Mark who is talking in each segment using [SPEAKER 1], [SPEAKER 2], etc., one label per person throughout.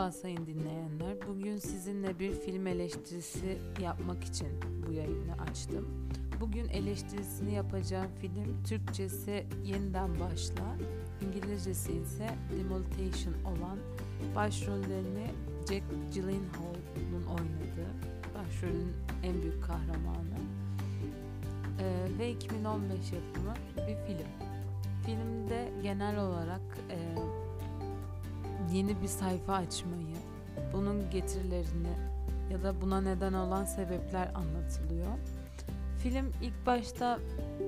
[SPEAKER 1] Merhaba sayın dinleyenler. Bugün sizinle bir film eleştirisi yapmak için bu yayını açtım. Bugün eleştirisini yapacağım film Türkçesi Yeniden Başla, İngilizcesi ise Demolition olan, başrollerini Jack Gyllenhaal'ın oynadığı, başrolün en büyük kahramanı ve 2015 yapımı bir film. Filmde genel olarak yeni bir sayfa açmayı, bunun getirilerini ya da buna neden olan sebepler anlatılıyor. Film ilk başta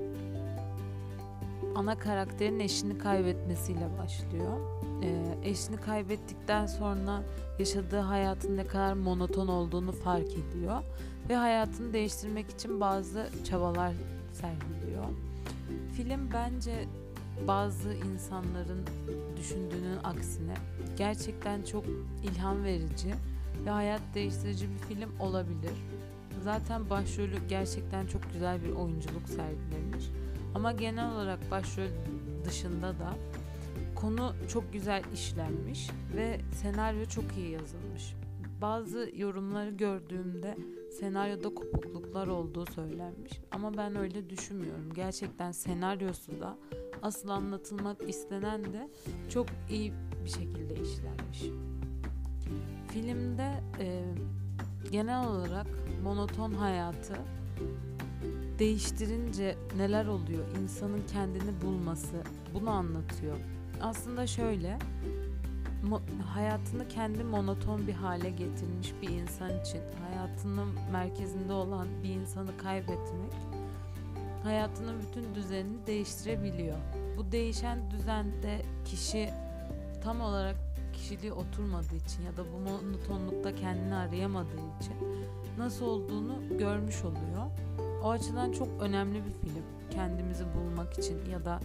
[SPEAKER 1] ana karakterin eşini kaybetmesiyle başlıyor. Eşini kaybettikten sonra yaşadığı hayatın ne kadar monoton olduğunu fark ediyor ve hayatını değiştirmek için bazı çabalar sergiliyor. Film bence bazı insanların düşündüğünün aksine gerçekten çok ilham verici ve hayat değiştirici bir film olabilir. Zaten başrolü gerçekten çok güzel bir oyunculuk sergilemiş. Ama genel olarak başrol dışında da konu çok güzel işlenmiş ve senaryo çok iyi yazılmış. Bazı yorumları gördüğümde senaryoda kopukluklar olduğu söylenmiş. Ama ben öyle düşünmüyorum. Gerçekten senaryosu da asıl anlatılmak istenen de çok iyi bir şekilde işlenmiş. Filmde genel olarak monoton hayatı değiştirince neler oluyor, insanın kendini bulması, bunu anlatıyor. Aslında şöyle, hayatını kendi monoton bir hale getirmiş bir insan için hayatının merkezinde olan bir insanı kaybetmek hayatının bütün düzenini değiştirebiliyor. Bu değişen düzende kişi tam olarak kişiliği oturmadığı için ya da bu monotonlukta kendini arayamadığı için nasıl olduğunu görmüş oluyor. O açıdan çok önemli bir film. Kendimizi bulmak için ya da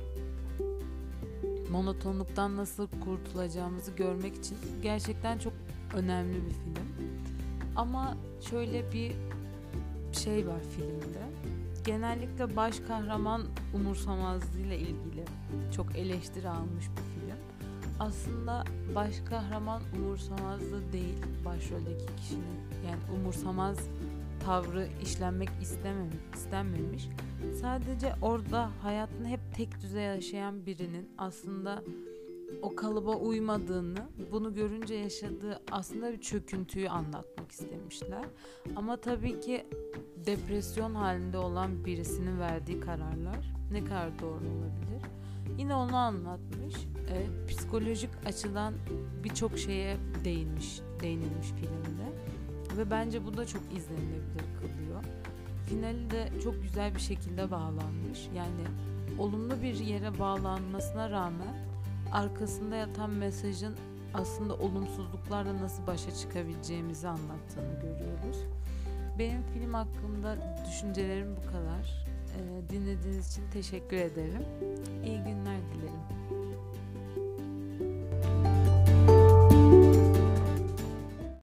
[SPEAKER 1] monotonluktan nasıl kurtulacağımızı görmek için gerçekten çok önemli bir film. Ama şöyle bir şey var filmde. Genellikle baş kahraman umursamazlığıyla ilgili çok eleştiri almış bir film. Aslında baş kahraman umursamazlığı değil başroldeki kişinin. Yani umursamaz tavrı işlenmek istenmemiş. Sadece orada hayatını hep tek düze yaşayan birinin aslında o kalıba uymadığını, bunu görünce yaşadığı aslında bir çöküntüyü anlatmak istemişler. Ama tabii ki depresyon halinde olan birisinin verdiği kararlar ne kadar doğru olabilir? Yine onu anlatmış. Psikolojik açıdan birçok şeye değinilmiş filmde. Ve bence bu da çok izlenilebilir kılıyor. Finali de çok güzel bir şekilde bağlanmış. Yani olumlu bir yere bağlanmasına rağmen arkasında yatan mesajın aslında olumsuzluklarla nasıl başa çıkabileceğimizi anlattığını görüyoruz. Benim film hakkında düşüncelerim bu kadar. Dinlediğiniz için teşekkür ederim. İyi günler dilerim.